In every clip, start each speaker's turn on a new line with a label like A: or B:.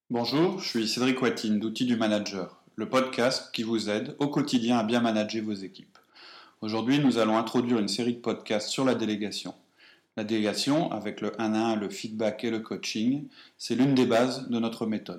A: Bonjour, je suis Cédric Watine d'Outils du Manager, le podcast qui vous aide au quotidien à bien manager vos équipes. Aujourd'hui, nous allons introduire une série de podcasts sur la délégation. La délégation, avec le 1 à 1, le feedback et le coaching, c'est l'une des bases de notre méthode.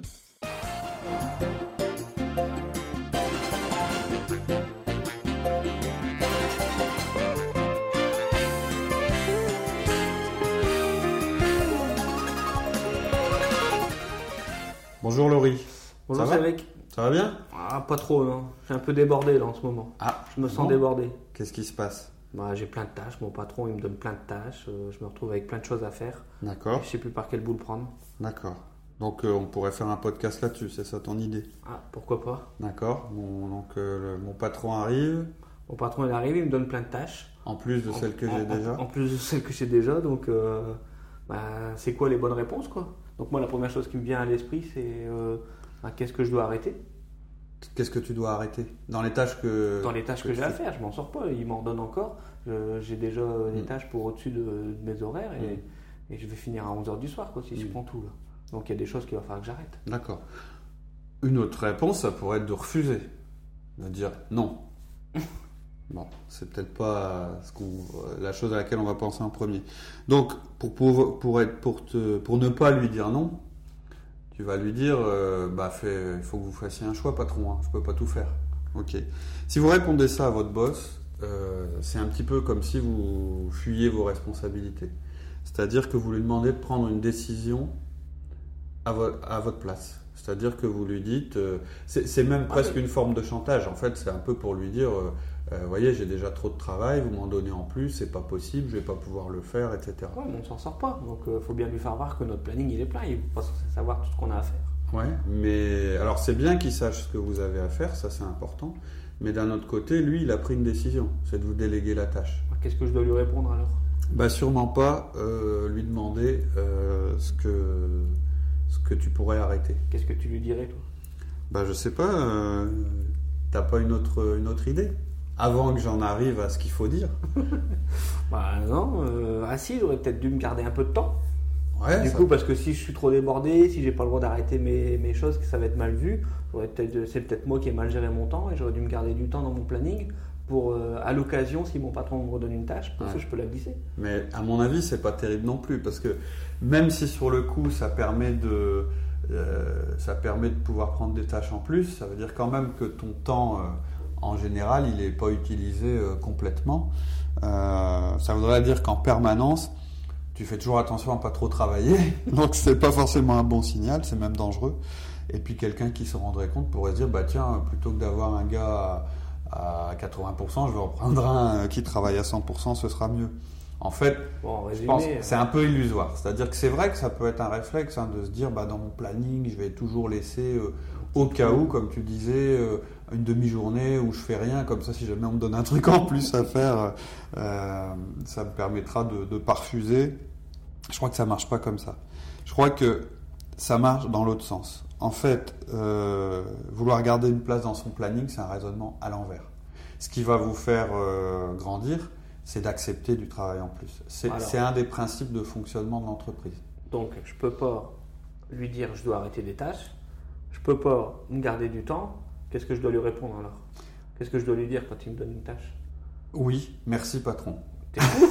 A: Bonjour Laurie.
B: Bonjour
A: Ça va
B: Cédric.
A: Ça va bien?
B: Pas trop, non. Je suis un peu débordé là en ce moment. Je me sens débordé.
A: Qu'est-ce qui se passe?
B: J'ai plein de tâches. Mon patron, il me donne plein de tâches. Je me retrouve avec plein de choses à faire.
A: D'accord.
B: Je sais plus par quel bout le prendre.
A: D'accord. Donc on pourrait faire un podcast là-dessus, c'est ça ton idée?
B: Pourquoi pas.
A: D'accord. Mon patron arrive.
B: Mon patron, il arrive, il me donne plein de tâches.
A: En plus de celles que j'ai déjà.
B: En plus de celles que j'ai déjà. Donc, c'est quoi les bonnes réponses, quoi? Donc moi, la première chose qui me vient à l'esprit, c'est qu'est-ce que je dois arrêter?
A: Qu'est-ce que tu dois arrêter? Dans les tâches que
B: j'ai à faire, je m'en sors pas. Il m'en donne encore. J'ai déjà des tâches pour au-dessus de mes horaires et je vais finir à 11h du soir, quoi, si je prends tout là. Donc il y a des choses qu'il va falloir que j'arrête.
A: D'accord. Une autre réponse, ça pourrait être de refuser. De dire non. Bon, c'est peut-être pas la chose à laquelle on va penser en premier. Donc, pour ne pas lui dire non, tu vas lui dire, il faut que vous fassiez un choix, patron. Hein, je peux pas tout faire. Ok. Si vous répondez ça à votre boss, c'est un petit peu comme si vous fuyiez vos responsabilités. C'est-à-dire que vous lui demandez de prendre une décision à votre place. C'est-à-dire que vous lui dites, c'est même presque une forme de chantage. En fait, c'est un peu pour lui dire, voyez, j'ai déjà trop de travail, vous m'en donnez en plus, c'est pas possible, je vais pas pouvoir le faire, etc.
B: Ouais, mais on s'en sort pas. Donc, faut bien lui faire voir que notre planning il est plein. Il n'est pas censé savoir tout ce qu'on a à faire.
A: Ouais, mais alors c'est bien qu'il sache ce que vous avez à faire, ça c'est important. Mais d'un autre côté, lui, il a pris une décision, c'est de vous déléguer la tâche.
B: Qu'est-ce que je dois lui répondre alors?
A: Sûrement pas lui demander ce que tu pourrais arrêter.
B: Qu'est-ce que tu lui dirais, toi?
A: Je sais pas, t'as pas une autre idée? Avant que j'en arrive à ce qu'il faut dire.
B: Non, si, j'aurais peut-être dû me garder un peu de temps.
A: Ouais,
B: du coup, parce que si je suis trop débordé, si j'ai pas le droit d'arrêter mes choses, que ça va être mal vu, c'est peut-être moi qui ai mal géré mon temps et j'aurais dû me garder du temps dans mon planning pour, à l'occasion, si mon patron me redonne une tâche, pour ça je peux la glisser.
A: Mais à mon avis, c'est pas terrible non plus, parce que même si sur le coup, ça permet de pouvoir prendre des tâches en plus, ça veut dire quand même que ton temps, en général, il n'est pas utilisé complètement. Ça voudrait dire qu'en permanence, tu fais toujours attention à ne pas trop travailler, donc c'est pas forcément un bon signal, c'est même dangereux. Et puis quelqu'un qui se rendrait compte pourrait se dire, tiens, plutôt que d'avoir un gars à 80%, je vais en prendre un qui travaille à 100%, ce sera mieux. En fait, je pense que c'est un peu illusoire. C'est-à-dire que c'est vrai que ça peut être un réflexe de se dire, dans mon planning, je vais toujours laisser au cas où, comme tu disais, une demi-journée où je fais rien. Comme ça, si jamais on me donne un truc en plus à faire, ça me permettra de ne pas refuser. Je crois que ça marche pas comme ça. Je crois que ça marche dans l'autre sens. En fait, vouloir garder une place dans son planning, c'est un raisonnement à l'envers. Ce qui va vous faire grandir, c'est d'accepter du travail en plus. C'est un des principes de fonctionnement de l'entreprise.
B: Donc, je ne peux pas lui dire je dois arrêter des tâches, je ne peux pas me garder du temps. Qu'est-ce que je dois lui répondre alors? Qu'est-ce que je dois lui dire quand il me donne une tâche?
A: Oui, merci patron.
B: T'es fou?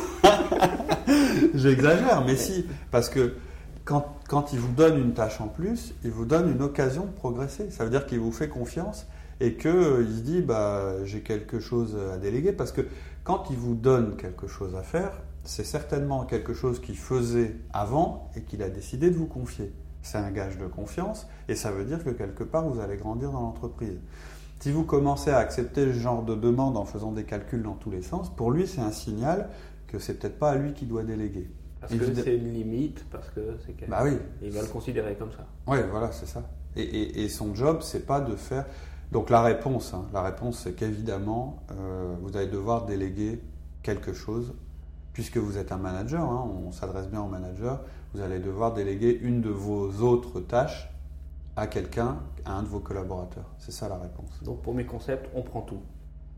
A: J'exagère, mais si, parce que quand il vous donne une tâche en plus, il vous donne une occasion de progresser. Ça veut dire qu'il vous fait confiance et qu'il se dit j'ai quelque chose à déléguer, parce que quand il vous donne quelque chose à faire, c'est certainement quelque chose qu'il faisait avant et qu'il a décidé de vous confier. C'est un gage de confiance et ça veut dire que quelque part vous allez grandir dans l'entreprise. Si vous commencez à accepter ce genre de demande en faisant des calculs dans tous les sens, pour lui c'est un signal que c'est peut-être pas à lui qui doit déléguer.
B: Parce que c'est une limite, parce que c'est quelqu'un.
A: Oui.
B: Il va le considérer comme ça.
A: Oui, voilà, c'est ça. Et son job, c'est pas de faire. Donc la réponse, c'est qu'évidemment, vous allez devoir déléguer quelque chose, puisque vous êtes un manager. On s'adresse bien au manager. Vous allez devoir déléguer une de vos autres tâches à quelqu'un, à un de vos collaborateurs. C'est ça la réponse.
B: Donc pour mes concepts, on prend tout.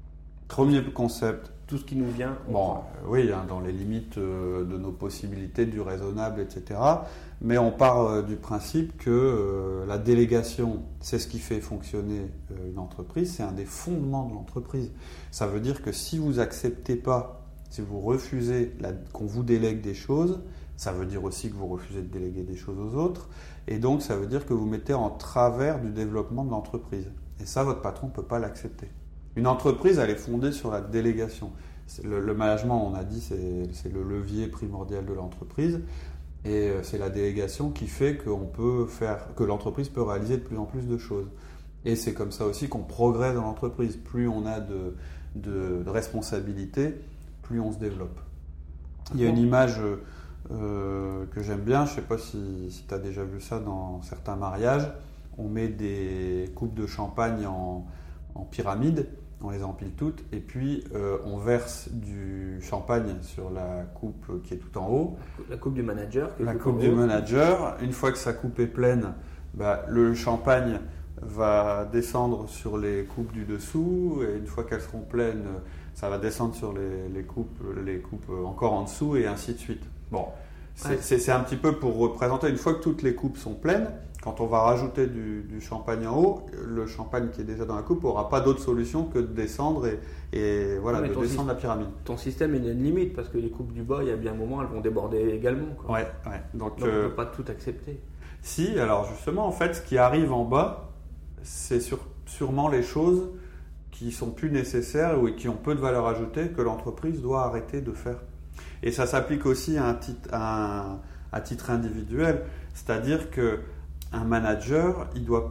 A: Premier concept.
B: Tout ce qui nous vient, on
A: Bon,
B: prend.
A: oui, hein, dans les limites de nos possibilités, du raisonnable, etc. Mais on part du principe que la délégation, c'est ce qui fait fonctionner une entreprise, c'est un des fondements de l'entreprise. Ça veut dire que si vous acceptez pas, si vous refusez qu'on vous délègue des choses, ça veut dire aussi que vous refusez de déléguer des choses aux autres, et donc ça veut dire que vous mettez en travers du développement de l'entreprise. Et ça, votre patron ne peut pas l'accepter. Une entreprise, elle est fondée sur la délégation. Le management, on a dit, c'est le levier primordial de l'entreprise. Et c'est la délégation qui fait que l'entreprise peut réaliser de plus en plus de choses. Et c'est comme ça aussi qu'on progresse dans l'entreprise. Plus on a de responsabilités, plus on se développe. Il y a une image que j'aime bien, je ne sais pas si tu as déjà vu ça dans certains mariages. On met des coupes de champagne en pyramide. On les empile toutes et puis on verse du champagne sur la coupe qui est tout en haut.
B: La coupe du manager.
A: La coupe du manager. Une fois que sa coupe est pleine, le champagne va descendre sur les coupes du dessous et une fois qu'elles seront pleines, ça va descendre sur les coupes encore en dessous et ainsi de suite. Bon, c'est un petit peu pour représenter, une fois que toutes les coupes sont pleines, quand on va rajouter du champagne en haut, le champagne qui est déjà dans la coupe n'aura pas d'autre solution que de descendre et voilà, de descendre la pyramide.
B: Ton système, il a une limite parce que les coupes du bas, il y a bien un moment, elles vont déborder également. Quoi.
A: Ouais. Donc
B: on ne peut pas tout accepter.
A: Si, alors justement, en fait, ce qui arrive en bas, c'est sûrement les choses qui sont plus nécessaires ou qui ont peu de valeur ajoutée que l'entreprise doit arrêter de faire. Et ça s'applique aussi à titre individuel, c'est-à-dire que un manager,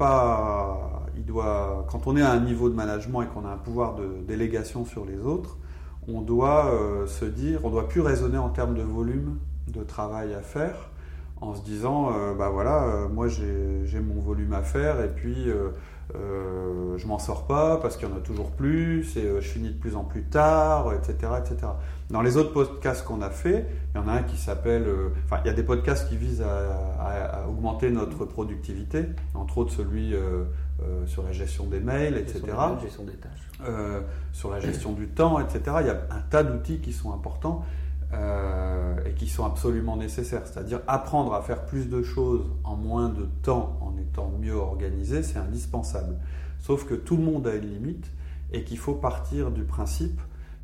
A: quand on est à un niveau de management et qu'on a un pouvoir de délégation sur les autres, on doit se dire, on ne doit plus raisonner en termes de volume de travail à faire, en se disant, moi j'ai mon volume à faire et puis je m'en sors pas parce qu'il y en a toujours plus et je finis de plus en plus tard, etc., etc. Dans les autres podcasts qu'on a fait, il y en a un qui s'appelle... il y a des podcasts qui visent à augmenter notre productivité, entre autres celui sur la gestion des mails, etc.
B: La gestion des tâches.
A: Sur la gestion du temps, etc. Il y a un tas d'outils qui sont importants et qui sont absolument nécessaires. C'est-à-dire apprendre à faire plus de choses en moins de temps en étant mieux organisé, c'est indispensable. Sauf que tout le monde a une limite et qu'il faut partir du principe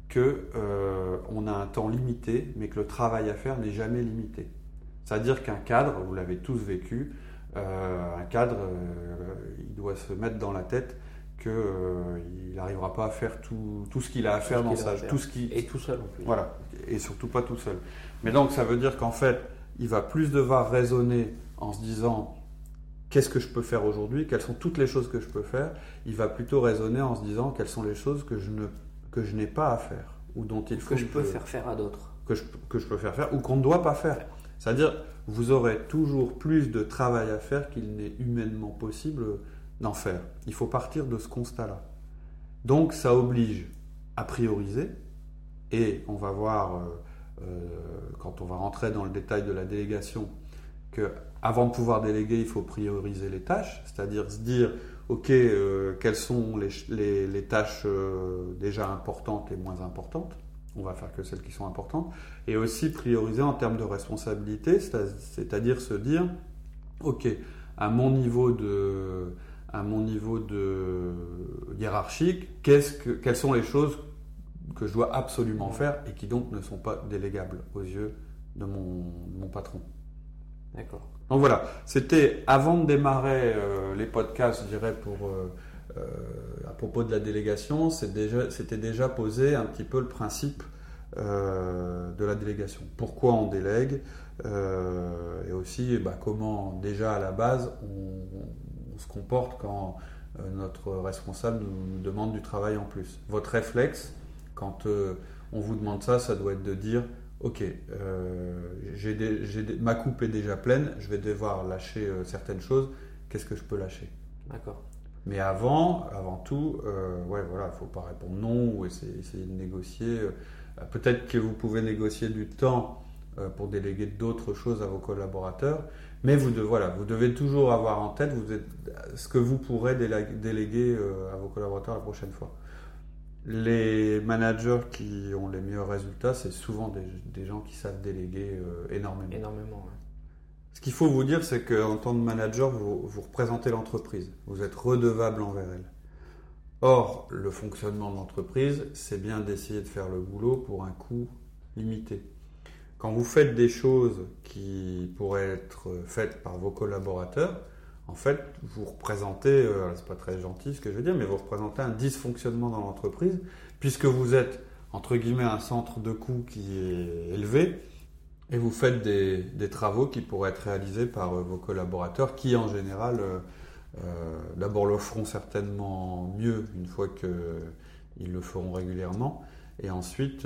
A: qu'on a un temps limité, mais que le travail à faire n'est jamais limité. C'est-à-dire qu'un cadre, vous l'avez tous vécu, un cadre, il doit se mettre dans la tête qu'il n'arrivera pas à faire tout ce qu'il a à faire dans sa...
B: Et tout seul en plus.
A: Voilà, et surtout pas tout seul. Mais donc ça veut dire qu'en fait, il va plus devoir raisonner en se disant qu'est-ce que je peux faire aujourd'hui, quelles sont toutes les choses que je peux faire. Il va plutôt raisonner en se disant quelles sont les choses que je n'ai pas à faire ou dont il faut
B: que je peux faire à d'autres.
A: Que je peux faire ou qu'on ne doit pas faire. C'est-à-dire, vous aurez toujours plus de travail à faire qu'il n'est humainement possible d'en faire. Il faut partir de ce constat-là. Donc, ça oblige à prioriser, et on va voir, quand on va rentrer dans le détail de la délégation, qu'avant de pouvoir déléguer, il faut prioriser les tâches, c'est-à-dire se dire, ok, quelles sont les tâches déjà importantes et moins importantes. On va faire que celles qui sont importantes. Et aussi prioriser en termes de responsabilité, c'est-à-dire se dire, ok, à mon niveau de hiérarchique, quelles sont les choses que je dois absolument faire et qui donc ne sont pas délégables aux yeux de mon patron.
B: D'accord.
A: Donc voilà, c'était avant de démarrer les podcasts, je dirais, à propos de la délégation, c'était déjà posé un petit peu le principe de la délégation. Pourquoi on délègue et aussi comment déjà à la base on se comporte quand notre responsable nous demande du travail en plus. Votre réflexe, quand on vous demande ça, ça doit être de dire ok, ma coupe est déjà pleine, je vais devoir lâcher certaines choses, qu'est-ce que je peux lâcher?
B: D'accord.
A: Mais avant tout, il ne faut pas répondre non ou essayer de négocier. Peut-être que vous pouvez négocier du temps pour déléguer d'autres choses à vos collaborateurs, mais vous devez toujours avoir en tête ce que vous pourrez déléguer à vos collaborateurs la prochaine fois. Les managers qui ont les meilleurs résultats, c'est souvent des gens qui savent déléguer énormément.
B: Énormément, ouais.
A: Ce qu'il faut vous dire, c'est qu'en tant que manager, vous représentez l'entreprise. Vous êtes redevable envers elle. Or, le fonctionnement de l'entreprise, c'est bien d'essayer de faire le boulot pour un coût limité. Quand vous faites des choses qui pourraient être faites par vos collaborateurs, en fait, vous représentez, c'est pas très gentil ce que je veux dire, mais vous représentez un dysfonctionnement dans l'entreprise, puisque vous êtes, entre guillemets, un centre de coût qui est élevé, et vous faites des travaux qui pourraient être réalisés par vos collaborateurs, qui en général, d'abord le feront certainement mieux une fois qu'ils le feront régulièrement, et ensuite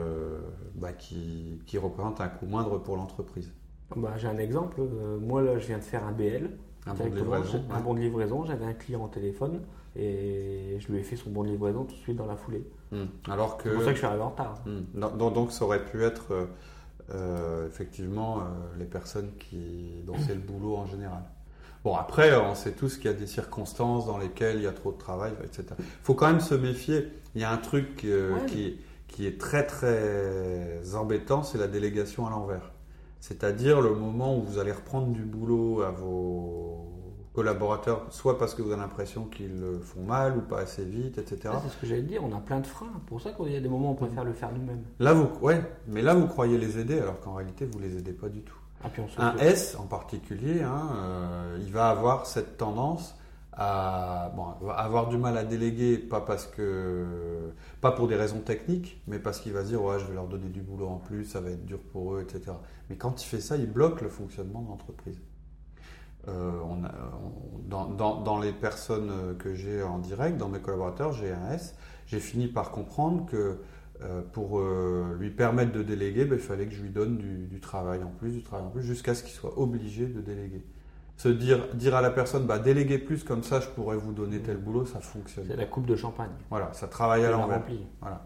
A: qui représentent un coût moindre pour l'entreprise.
B: J'ai un exemple. Moi, là, je viens de faire un BL.
A: Un bon de livraison.
B: Un bon de livraison. J'avais un client au téléphone et je lui ai fait son bon de livraison tout de suite dans la foulée.
A: Alors que...
B: C'est pour ça que je suis arrivé en retard.
A: Donc ça aurait pu être effectivement les personnes dont c'est le boulot en général. Bon, après, on sait tous qu'il y a des circonstances dans lesquelles il y a trop de travail, etc. Il faut quand même se méfier. Il y a un truc qui est très très embêtant, c'est la délégation à l'envers. C'est-à-dire le moment où vous allez reprendre du boulot à vos collaborateurs, soit parce que vous avez l'impression qu'ils le font mal ou pas assez vite, etc.
B: C'est ce que j'allais te dire, on a plein de freins. Pour ça qu'il y a des moments où on préfère le faire nous-mêmes.
A: Mais là vous croyez les aider alors qu'en réalité vous les aidez pas du tout. Un S en particulier, il va avoir cette tendance à avoir du mal à déléguer, pas pour des raisons techniques, mais parce qu'il va se dire je vais leur donner du boulot en plus, ça va être dur pour eux, etc. Mais quand il fait ça, il bloque le fonctionnement de l'entreprise. Dans les personnes que j'ai en direct, dans mes collaborateurs, j'ai un S. J'ai fini par comprendre que pour lui permettre de déléguer, il fallait que je lui donne du travail en plus, jusqu'à ce qu'il soit obligé de déléguer. Dire à la personne, déléguez plus, comme ça je pourrais vous donner tel boulot, ça fonctionne.
B: C'est la coupe de champagne.
A: Voilà, ça travaille à l'envers. Voilà.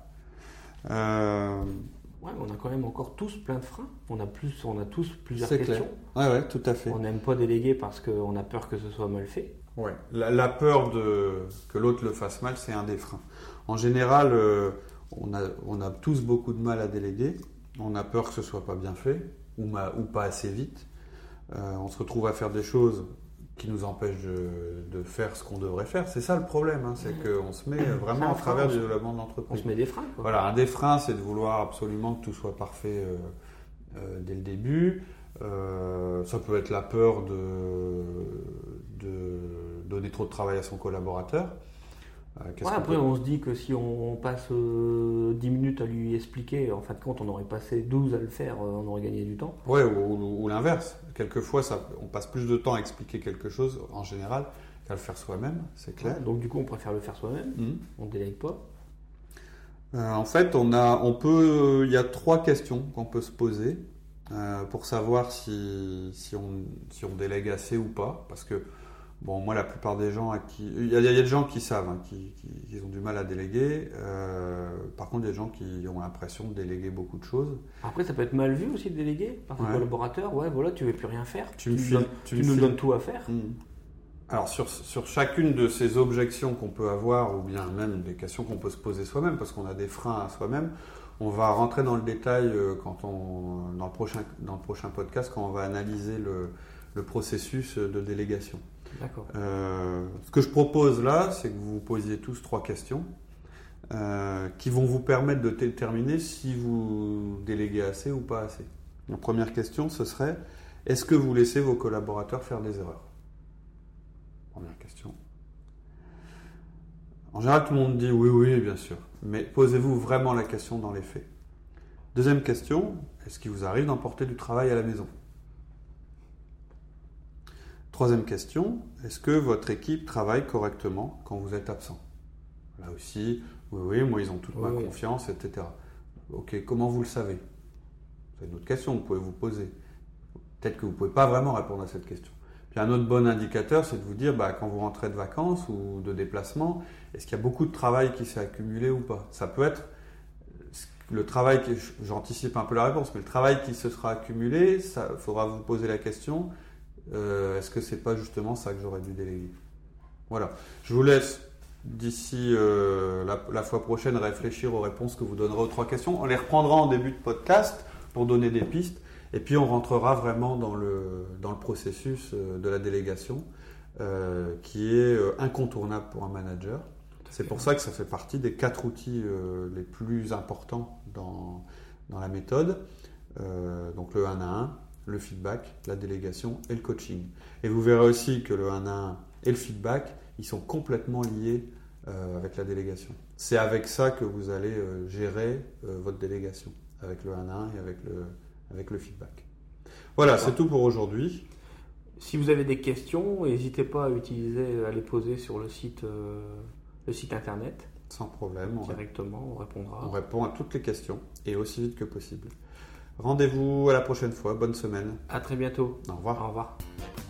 B: On a quand même encore tous plein de freins. On a tous plusieurs
A: c'est
B: questions.
A: Clair. Ouais, tout à fait.
B: On n'aime pas déléguer parce qu'on a peur que ce soit mal fait.
A: Ouais. La peur que l'autre le fasse mal, c'est un des freins. En général, on a tous beaucoup de mal à déléguer. On a peur que ce soit pas bien fait ou pas assez vite. On se retrouve à faire des choses qui nous empêchent de faire ce qu'on devrait faire. C'est ça le problème, c'est qu'on se met vraiment à travers du développement de l'entreprise.
B: On se met des freins, quoi.
A: Voilà, un des freins, c'est de vouloir absolument que tout soit parfait dès le début. Ça peut être la peur de donner trop de travail à son collaborateur.
B: Après, on se dit que si on passe 10 minutes à lui expliquer, en fin de compte, on aurait passé 12 à le faire, on aurait gagné du temps.
A: Ouais, ou l'inverse. Quelquefois, on passe plus de temps à expliquer quelque chose, en général, qu'à le faire soi-même, c'est clair.
B: Ouais, donc du coup, on préfère le faire soi-même, on ne délègue pas.
A: En fait, il y a 3 questions qu'on peut se poser pour savoir si on délègue assez ou pas, parce que moi, la plupart des gens il y a des gens qui savent, qui ont du mal à déléguer. Par contre, il y a des gens qui ont l'impression de déléguer beaucoup de choses.
B: Après, ça peut être mal vu aussi de déléguer par tes collaborateurs. Tu ne veux plus rien faire. Tu nous donnes tout à faire.
A: Alors, sur chacune de ces objections qu'on peut avoir, ou bien même des questions qu'on peut se poser soi-même, parce qu'on a des freins à soi-même, on va rentrer dans le détail dans le prochain podcast, quand on va analyser le processus de délégation.
B: D'accord.
A: Ce que je propose là, c'est que vous vous posiez tous 3 questions qui vont vous permettre de déterminer si vous déléguez assez ou pas assez. La première question, ce serait: est-ce que vous laissez vos collaborateurs faire des erreurs? Première question. En général, tout le monde dit oui, bien sûr. Mais posez-vous vraiment la question dans les faits. Deuxième question: est-ce qu'il vous arrive d'emporter du travail à la maison? Troisième question: est-ce que votre équipe travaille correctement quand vous êtes absent? Là aussi, oui, moi ils ont toute ma confiance, etc. Ok, comment vous le savez? C'est une autre question que vous pouvez vous poser. Peut-être que vous ne pouvez pas vraiment répondre à cette question. Puis un autre bon indicateur, c'est de vous dire, quand vous rentrez de vacances ou de déplacement, est-ce qu'il y a beaucoup de travail qui s'est accumulé ou pas? Ça peut être le travail, j'anticipe un peu la réponse, mais le travail qui se sera accumulé, il faudra vous poser la question: est-ce que c'est pas justement ça que j'aurais dû déléguer? Voilà. Je vous laisse d'ici la fois prochaine réfléchir aux réponses que vous donnerez aux 3 questions. On les reprendra en début de podcast pour donner des pistes. Et puis on rentrera vraiment dans le processus de la délégation qui est incontournable pour un manager. C'est pour ça que ça fait partie des 4 outils les plus importants dans la méthode. Donc le 1 à 1, le feedback, la délégation et le coaching. Et vous verrez aussi que le 1 à 1 et le feedback, ils sont complètement liés avec la délégation. C'est avec ça que vous allez gérer votre délégation, avec le 1 à 1 et avec le feedback. Voilà, c'est tout pour aujourd'hui.
B: Si vous avez des questions, n'hésitez pas à les poser sur le site internet.
A: Sans problème.
B: Directement, on répondra.
A: On répond à toutes les questions et aussi vite que possible. Rendez-vous à la prochaine fois. Bonne semaine.
B: À très bientôt.
A: Au revoir.
B: Au revoir.